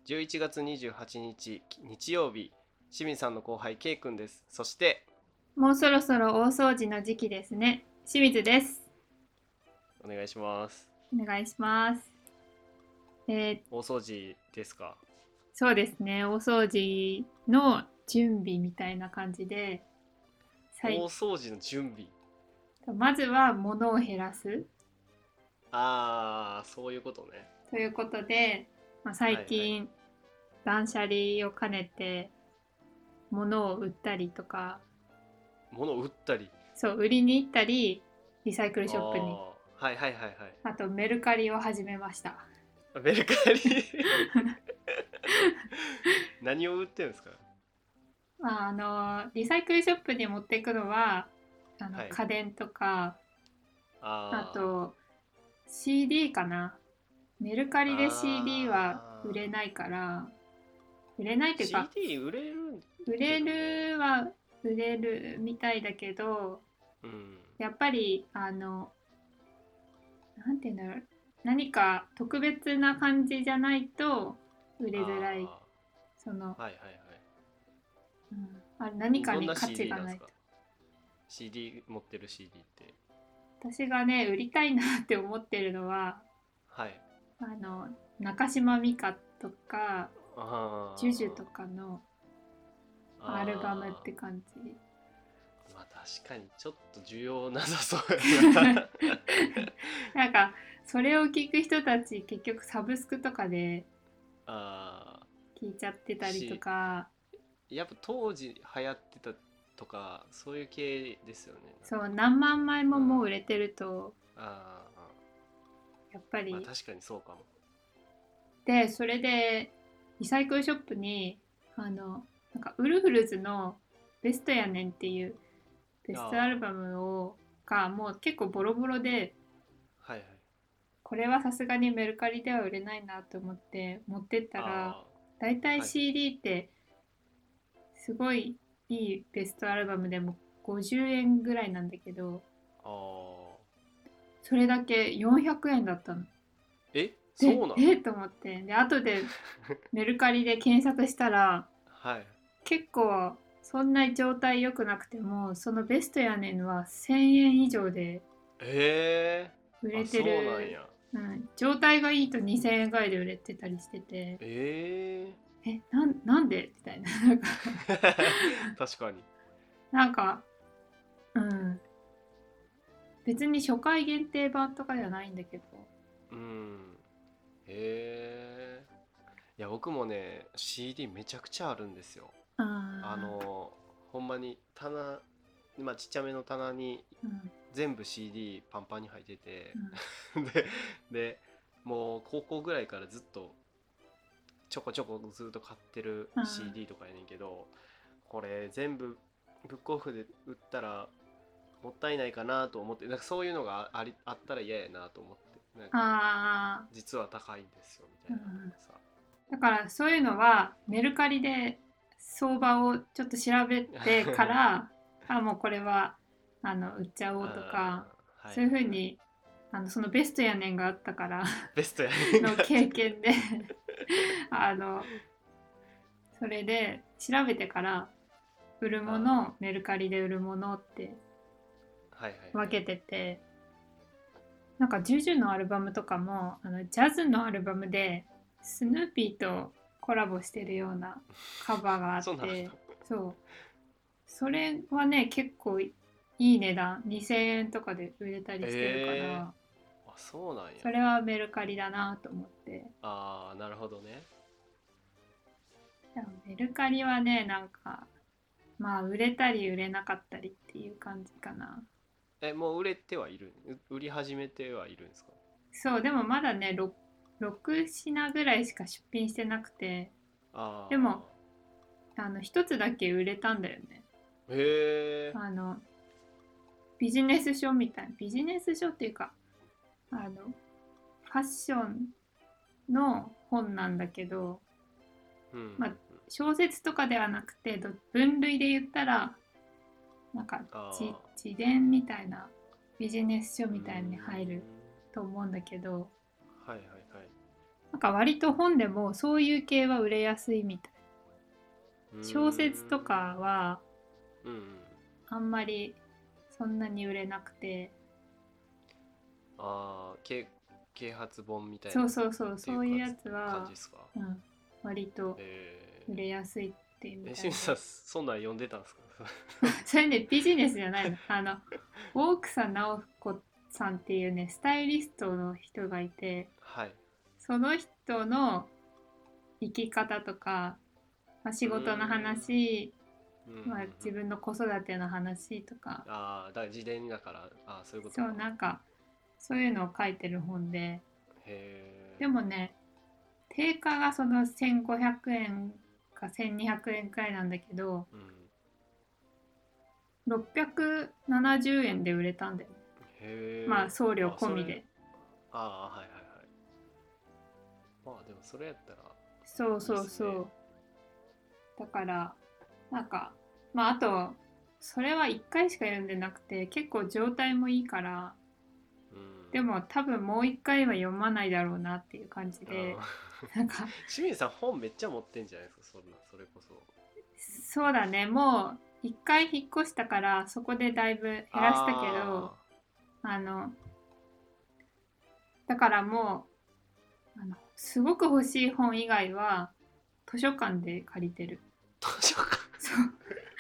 11月28日日曜日、清水さんの後輩 K 君です。そしてもうそろそろ大掃除の時期ですね。清水です。 お願いします。 お願いします。 大掃除ですか？ そうですね。大掃除の準備みたいな感じで、 大掃除の準備。 まずは物を減らすああ、そういうことね。 ということで、最はいはい。 近断捨離を兼ねて物を売ったりとか、 物を売ったり。 そう売りに行ったり、リサイクルあショップに、 あ、はいはいはいはい。 あとメルカリを始めました。 メルカリ何を売ってるんですか？ リサイクルショップに持っていくのははい。 家電とか、ああと CD かな。メルカあ、 リで CD は売れああ、 ないから、売れないというか、 CD 売れる売れけどね。 るは売れるみたいだけど、 うん。 やっぱりなんていうんだろう、何か特別な感じじゃないと売れづらい。 あその、 あ、はいはいはい。 何かどんなに価値 CD なんですか？ がないと。 CD 持ってる CD って。 私がね、売りたいなって思ってるのは、 はい。 あの中島美嘉とかジュジュあとかのあ、 アルバムっあて感じ。 あ、まあ確かにちょっと需要なさそうやな。 なんかそれを聞く人たち結局サブスクとかでああ、 聞いちゃってたりとし、 か、 やっぱ当時流行ってたとか、そういう系ですよね。 そう何万枚もうん。 もう売れてるとああ、 やっぱり。 まあ確かにそうかも。 でそれでリサイクルショップになんかウルフルズの「ベストやねん」っていうベストアルあバムがもう結構ボロボロで、 あ、はいはい。 これはさすがにメルカリでは売れないなと思って持ってったら、 あだいたいあ、はいはい。 CD ってすごいいいベストアルバムでも50円ぐらいなんだけど、 ああ、 それだけ400円だったの。で、 そうなん？ と思って。で、後でメルカリで検索したら、 はい。 結構そんな状態良くなくても、そのベストやねんは1000円以上でええー、あ、 売れてる。 そうなんや。 状態がいいと2000円ぐらいで売れてたりしてて、 ええなんでみたいな。 ー、確かに。 なんか、うん、別に初回限定版とかじゃないんだけど。 うん。へえ。いや、僕もね、CD めちゃくちゃあるんですよ。ああの、ほんまに棚、まあちっちゃめの棚にー、うん、 全部 CD パンパンに入ってて、 うん、 で、で、もう高校ぐらいからずっとちょこちょこずっと買ってるあ CD とかやねんけど、これ全部ブックオフで売ったらもったいないかなと思って、なんかそういうのがあったら嫌やなと思って、なんー、 かあ実は高いんですよみー、うたいなん。 さ。 だからそういうのはメルカリで相場をちょっと調べてから、もうこれは売っちゃおうとか、 あー、はいはいそういうふうはい。 にそのベストやねんがあったからベストやねんがのあって。 経験であのそれで調べてから売るもあの、メルカリで売るものってあ、はいはいはい。 分けてて、なんかジュジュのアルバムとかもジャズのアルバムでスヌーピーとコラボしてるようなカバーがあっそうなんだ。 て、そうそれはね結構いい値段、2000円とかで売れたりしてるかええら、 ー、あ、そうなんや。 それはメルカリだなと思って。 ああ、なるほどね。 でもメルカリはね、なんかまあ売れたり売れなかったりっていう感じかな。 もう売れてはいる、売り始めてはいるんですか？ そうでもまだね、6品ぐらいしか出品してなくて、でもあ一つだけ売れたんだよね。 あ、へえ、 あのビジネス書みたいな、ビジネス書っていうかファッションの本なんだけど、 うん、うん、うん。 まあ小説とかではなくて分類で言ったらなんかああ、 自伝みたいな、ビジネス書うーみたいに入るん。 と思うんだけど、 はいはいはい。 なんか割と本でもそういう系は売れやすいみたい。小説とかはうんうん。 あんまりそんなに売れなくて、 ああ、啓発本みたいなっそうそうそう、 ていうそういうやつは、 感じですか？ うん、割と売れやすいっていうみたい清水さん、 で。 そんなん読んでたんですか？ それね、ビジネスじゃないの。大草直子さんっていうね、スタイリストの人がいて、 はい。 その人の生き方とか、まあ、仕うー事のん。 話、 うんうんうまあ、自ん。 分の子育ての話とか、 ああ、だから自伝だから、ああ、そういうことそう、 か。 なんか、そういうのを書いてる本で、 へえ。 でもね、定価がその1500円か1200円くえんくらいなんだけど、 うん。 670円で売れたんだよね。まあ、 へえ。 送料あ、それ、 込みで。 ああ、はいはいはい。まあでもそれやったらそういいっすね。 そうそう。だから、なんか、まあ、あと、それは1回しか読んでなくて、結構状態もいいから、 うん。 でも多分もう1回は読まないだろうなっていう感じで、 ああ。 なんか、 清水さん本めっちゃ持ってんじゃないですか、そんな、それこそ。 そうだね、もう1回引っ越したから、そこでだいぶ減らしたけど、 ああの、だからもう、すごく欲しい本以外は、図書館で借りてる。 あ、図書館。 そう。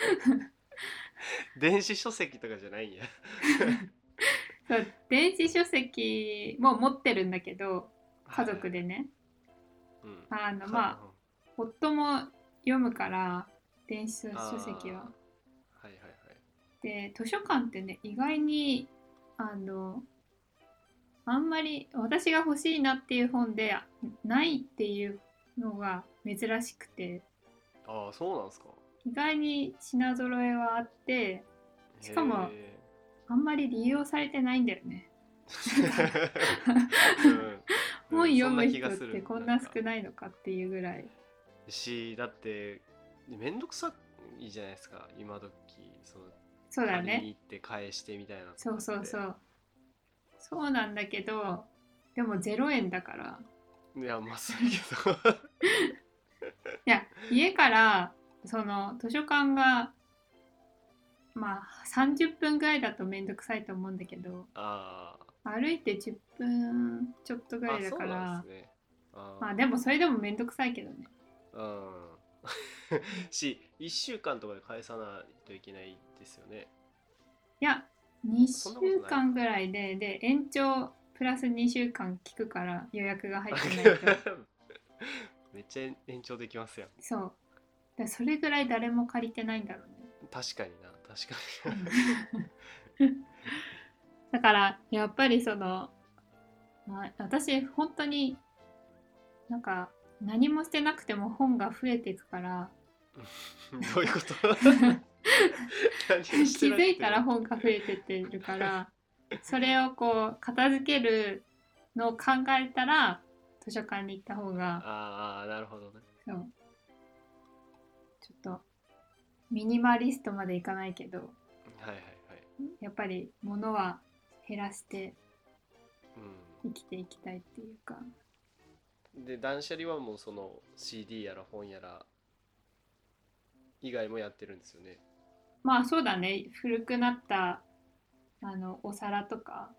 電子書籍とかじゃないんや。 そう、電子書籍も持ってるんだけど、家はいはいはい。 族でね。 うん。 まあ、夫も読むから、電子書籍は。 ああ、はいはいはい。 で、図書館ってね、意外に、あの、あんまり私が欲しいなっていう本でないっていうのが珍しくて、 ああ、そうなんですか。 意外に品揃えはあって、しかもへあんまり利用されてないんだよね。なんかえ。うん、うん、そ本読んな気がむ人っする。 てこんなんか、 な少ないのかっていうぐらい。 だって、めんどくさいじゃないですか、今時。その、 そうだね。 借りに行って返してみたいなとそうかって。 そうそう。そうなんだけど、でも0円だから。 いや、まあ、そうやけど。 いや、家からその図書館がまあ30分ぐらいだとめんどくさいと思うんだけど、 あ歩いて10分ちょっとぐあ、あ、 らいだかそうなんですら、 ね。あまあでもそれでもめんどくさいけどね。 あ、うん。 うん、 1週間とかで返さないといけないですよね。 いや、 そんな 2週ことないか。 間ぐらいで延長プラス2週間聞くから予約が入ってないと。 めっちゃ延長できますやん。 そう。それぐらい誰も借りてないんだろうね。 確かにな、確うかんだからやっぱりその、まあ、私本当になんか何もしてなくても本が増えていくからに。どういうこと？何もして気づいなくても。 たら本が増えてってるから、それをこう片付けるのを考えたら図書館に行った方が、 ああ、なるほどね。 そうちょっとミニマリストまでいかないけど、 はいはいはい。 やっぱり物は減らしてう生きていきたいっていうか。 ん。で、断捨離はもうその CD やら本やら以外もやってるんですよね。 まあそうだね、古くなったお皿とか、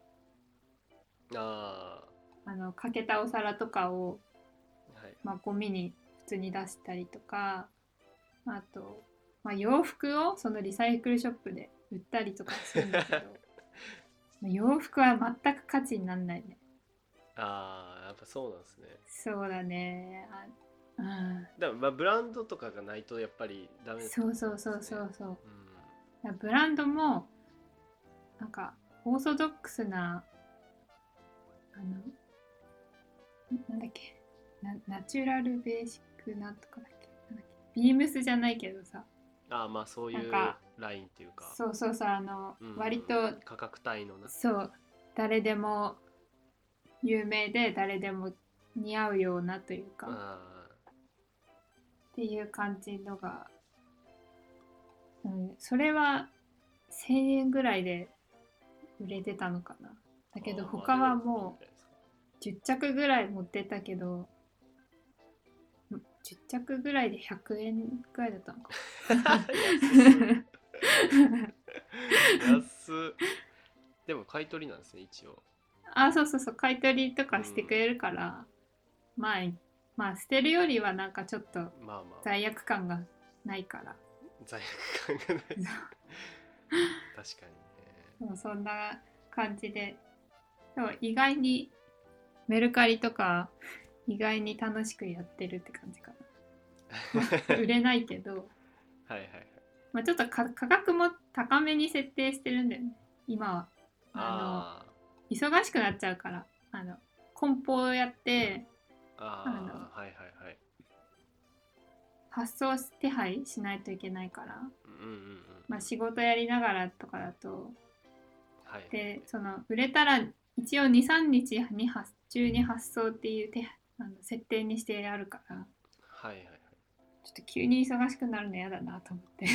あ欠けたお皿とかを、 あ、はい。 まあ、ゴミに普通に出したりとか、あと、まあ、洋服をそのリサイクルショップで売ったりとかするんだけど、まあ洋服は全く価値にならないね。 ああ、やっぱそうなんですね。 そうだね。うん、 だからまあブランドとかがないとやっぱりダメだとそう思そうそういますね。 そうそう。 うん。 だからブランドもなんかオーソドックスななんだっけ、ナチュラルベーシックなんとかだっけ、なんだっけ、ビームスじゃないけどさ、 ああ、まあそういうなんかラインっていうか、 そうそうそう、 うん、 割と価格帯のな。 そう誰でも有名で誰でも似合うようなというかっあていう感じのが、うん、それは1000円ぐらいで売れてたのかな。だあ、 けどああ、まあでも他はもいいんじゃないですか。 う10着ぐらい持ってたけど着ぐらいで100円ぐらいだったのか。 安っ。でも買い取りなんですね一応。 あ、そうそうそう、買い取りとかしてくうんれるから、まあ、まあ、捨てるよりはなんかちょっとまあまあ罪悪感がないから。 罪悪感がない。確かにね。 そんな感じで。でも意外にメルカリとか意外に楽しくやってるって感じかな。売れないけど、 はいはいはい。 まあ、ちょっと価格も高めに設定してるんだよね、今は。 あ忙しくなっちゃうから、梱包をやって、 はいはいはい。 発送手配しないといけないから、 うんうんうん。 まあ、仕事やりながらとかだと、 はい。 でその売れたら一応23日に中に発送っていう設定にしてあるから、 はいはいはい。 ちょっと急に忙しくなるの嫌だなと思って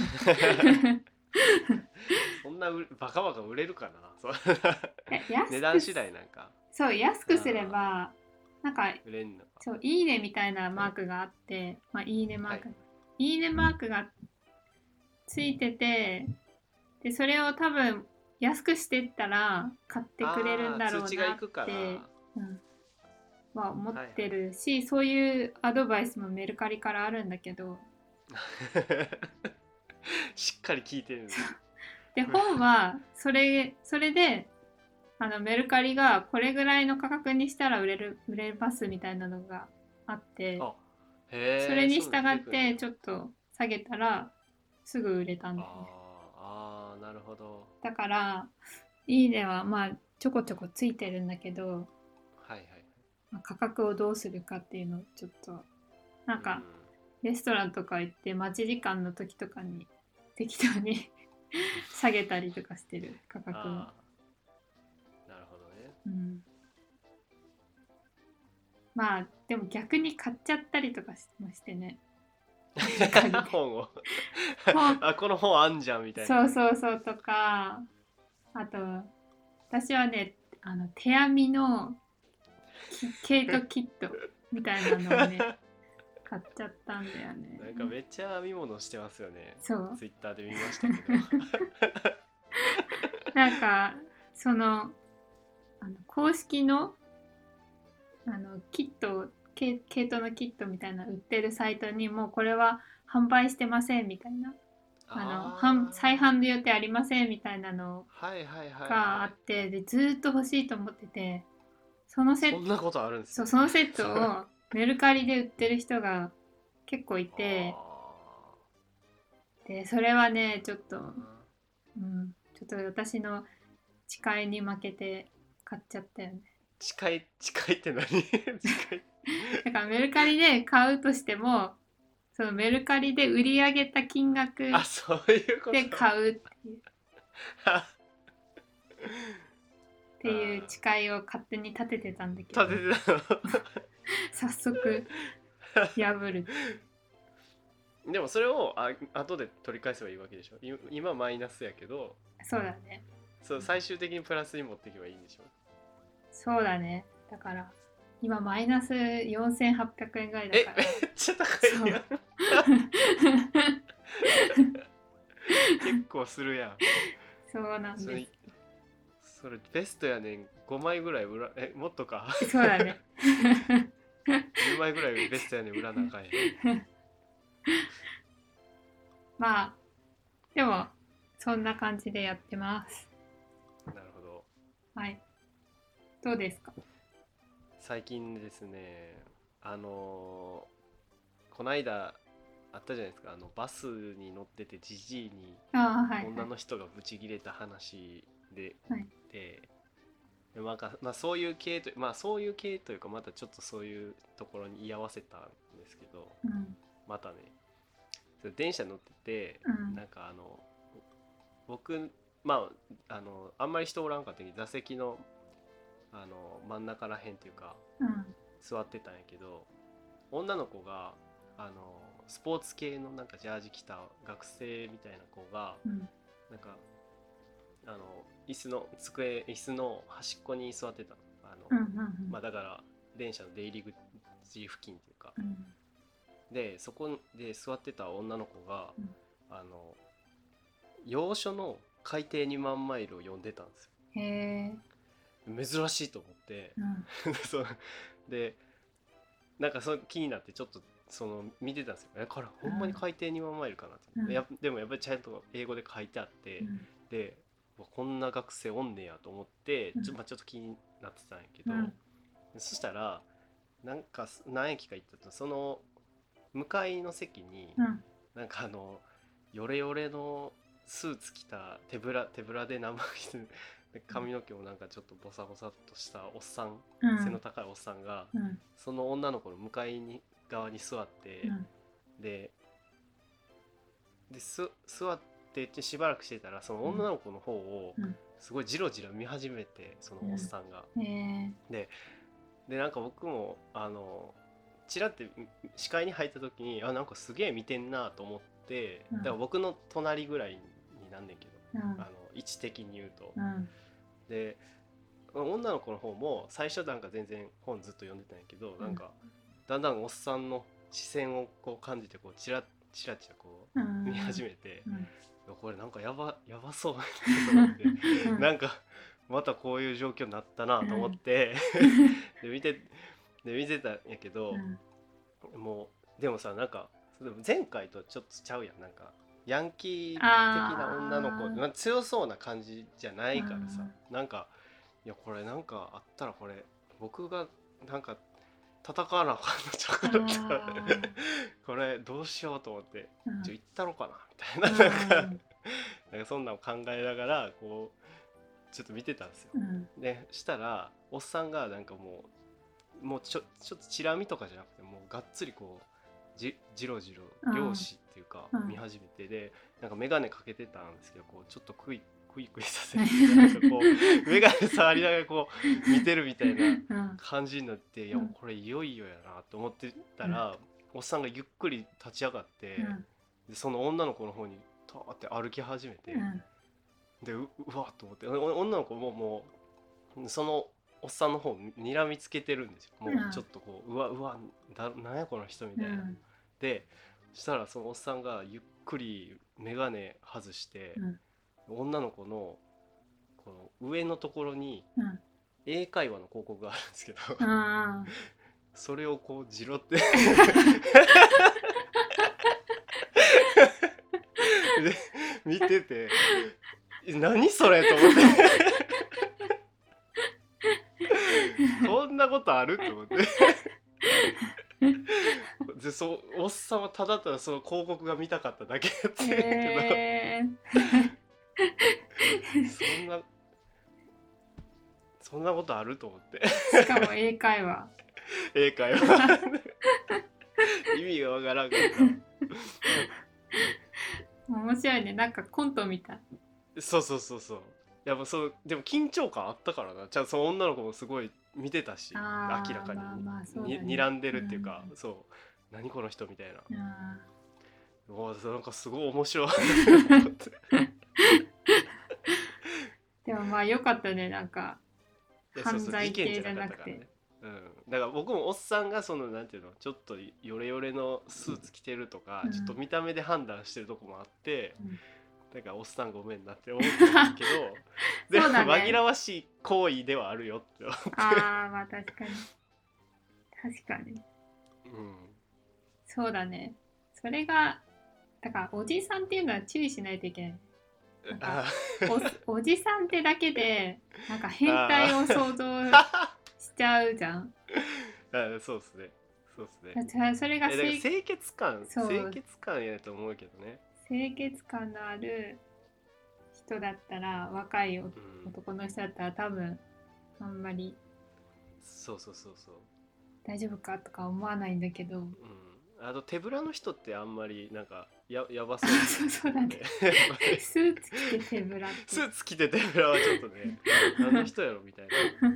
そんなバカバカ売れるかな。そう値段次第なんか。 そう安くすればなんか売れんのか。 そういいねみたいなマークがあって、まあ、いいねマーク、 はいいいねマークがついてて、でそれを多分安くしてったら買ってくれるんだろう通知がなっいくかて、 ら。 は思っはいはい。 てるし、そういうアドバイスもメルカリからあるんだけど、 しっかり聞いてるんですね。 で本はそれでメルカリがこれぐらいの価格にしたら売れますみたいなのがあって、 あ、へえ、 それに従そういうの出ってくんねや。 てちょっと下げたらすぐ売れたんだよね。 なるほど。 だからいいねはまあちょこちょこついてるんだけど、 はいはい。 まあ価格をどうするかっていうのをちょっとなんうん。 かレストランとか行って待ち時間の時とかに適当に下げたりとかしてる価格を。 ああ、なるほどね。 うん、まあでも逆に買っちゃったりとかもしてね、メルカリで本を本。 この本あんじゃんみたいな。 そうそうそうとか、あと私はね手編みの毛糸キットみたいなのをね買っちゃったんだよね。 なんかめっちゃ編み物してますよね。 そうツイッターで見ましたけど。 なんかその公式のキット毛糸のキットみたいな売ってるサイトにもこれは販売してませんみたいな、再販の予定ありませんみたいなのはいはいはいがあっはい。 て、でずっと欲しいと思ってて、 そんなことあるんですね。 そのセットをメルカリで売ってる人が結構いて、 あでそれはねちょっと、 ーちょっと私の誓いに負けて買っちゃったよね。 近い近いって何？近い。 だからメルカリで買うとしても、そのメルカリで売り上げた金額そういうこと。 で買うっていう誓いを勝手に立ててたんだけど、 立ててたの？ 早速破る。 でもそれを後で取り返せばいいわけでしょ。今マイナスやけど、 そうだね。 そう最終的にプラスに持っていけばいいんでしょ。 そうだね。だから今マイナス4800円ぐらいだから。 めっちゃ高いやん。結構するやん。 そうなんです。 それベストやねん。5枚ぐらいもっとか。 そうだね。 10枚ぐらいベストやねん売らなあかんやん。 まあでもそんな感じでやってます。 なるほど。 はい。どうですか？ 最近ですね、こないだあったじゃないですか。バスに乗っててジジイにはいはい。 女の人がブチギレた話で、 はい。 でそういう系とそういう系というか、またちょっとそういうところに居合わせたんですけど、 うん。 またね、それ電車乗ってて、 うん。 なんか僕あんまり人おらんかったけど座席の真ん中らへんっていうかうん。 座ってたんやけど、女の子がスポーツ系のなんかジャージ着た学生みたいな子が、 うん。 なんか椅子の端っこに座ってたうん。うん。 だから電車の出入り口付近っていうかうん。 でそこで座ってた女の子が、 うん洋書の海底2万マイルを読んでたんですよ。 へえ。 珍しいと思ってうんそうでなんか気になってちょっと見てたんですよ。これほんまに海底2万マイルかなって、 うんでもやっぱりちゃんと英語で書いてあって、 うんでこんな学生おんねやと思ってちょっと気になってたんやけど、 うんそしたらなんか何駅か行ったとその向かいの席に、 うんなんかヨレヨレのスーツ着た手ぶらで生着て髪の毛もなんかちょっとボサボサっとしたおっさん、 うん背の高いおっさんが、 うんその女の子の向かい側に座って、 うんで座ってしばらくしてたらその女の子の方をうんすごいジロジロ見始めて、そのおっさんが、 へえ。 でなんか僕もチラって視界に入った時になんかすげえ見てんなと思って、 うんだから僕の隣ぐらいになんねんけど、 うん位置的に言うと、 うんで女の子の方も最初なんか全然本ずっと読んでたんやけど、なんかだんだんおっさんの視線をこう感じてこうチラこううん見始めて、 うんこれなんかやばそうと思ってうんなんかまたこういう状況になったなと思ってで見てたんやけど、もうでもさなんか前回とちょっとちゃうやん。なんかヤンキー的な女の子、まあ、強そうな感じじゃないからさ、なんかいやこれなんかあったらこれ僕がなんか戦わなあかんのちゃうかなってこれどうしようと思って行ったろかなみたいな、なんかそんなの考えながらこうちょっと見てたんですよ。でしたらおっさんがなんかもうちょっとチラ見とかじゃなくてもうがっつりこうじろじろ漁師っていうか見始めて、でなんか眼鏡かけてたんですけどこうちょっとクイさせてなんかこう眼鏡触りながらこう見てるみたいな感じになって、いやこれいよいよやなと思ってたら、おっさんがゆっくり立ち上がって、でその女の子の方にターって歩き始めて、でうわっと思って女の子もうそのおっさんの方にらみつけてるんですよ。もうちょっとこううわなんやこの人みたいな、でしたらそのおっさんがゆっくり眼鏡外して、女の子のこの上のところに英会話の広告があるんですけどそれをこうじろってで見てて何それと思ってこんなことあると思ってでおっさんはただただその広告が見たかっただけやってるけど、そんなことあると思ってしかも英会話意味がわからんかった面白いね。なんかコントみたい。 そうやっぱでも緊張感あったからな。ちゃんとその女の子もすごい見てたし、明らかに睨んでるっていうか、そう何この人みたいな。なんかすごい面白いでもまあ良かったね。なんか犯罪系じゃなくて、 だから僕もおっさんがなんていうのちょっとヨレヨレのスーツ着てるとか、ちょっと見た目で判断してるとこもあって、だからおっさんごめんなって思ったんだけどでも紛らわしい行為ではあるよって思ってまあ確かにそうだね。それがだからおじさんっていうのは注意しないといけない。おじさんってだけでなんか変態を想像しちゃうじゃん。 そうですね。 それが清潔感やと思うけどね。 清潔感のある人だったら、若い男の人だったら多分あんまり大丈夫かとか思わないんだけど、 あと手ぶらの人ってあんまりなんかやばそうそうだねスーツ着て手ぶらってスーツ着て手ぶらはちょっとね何の人やろみたいな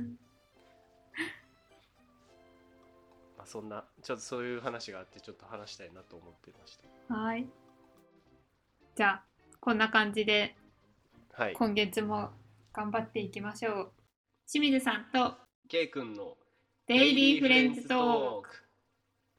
そんなちょっとそういう話があってちょっと話したいなと思ってました。 はい。じゃあこんな感じで、今月も頑張っていきましょう。清水さんと K 君のデイリーフレンズトーク。